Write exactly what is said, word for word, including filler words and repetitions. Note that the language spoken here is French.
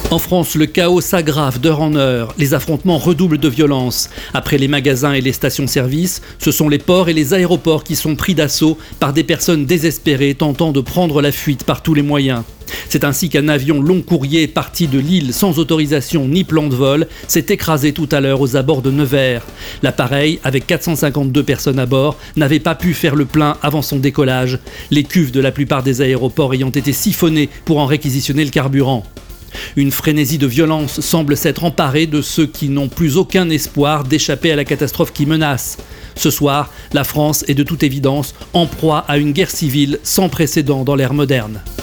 En France, le chaos s'aggrave d'heure en heure. Les affrontements redoublent de violence. Après les magasins et les stations-service, ce sont les ports et les aéroports qui sont pris d'assaut par des personnes désespérées tentant de prendre la fuite par tous les moyens. C'est ainsi qu'un avion long courrier parti de Lille sans autorisation ni plan de vol s'est écrasé tout à l'heure aux abords de Nevers. L'appareil, avec quatre cent cinquante-deux personnes à bord, n'avait pas pu faire le plein avant son décollage, les cuves de la plupart des aéroports ayant été siphonnées pour en réquisitionner le carburant. Une frénésie de violence semble s'être emparée de ceux qui n'ont plus aucun espoir d'échapper à la catastrophe qui menace. Ce soir, la France est de toute évidence en proie à une guerre civile sans précédent dans l'ère moderne.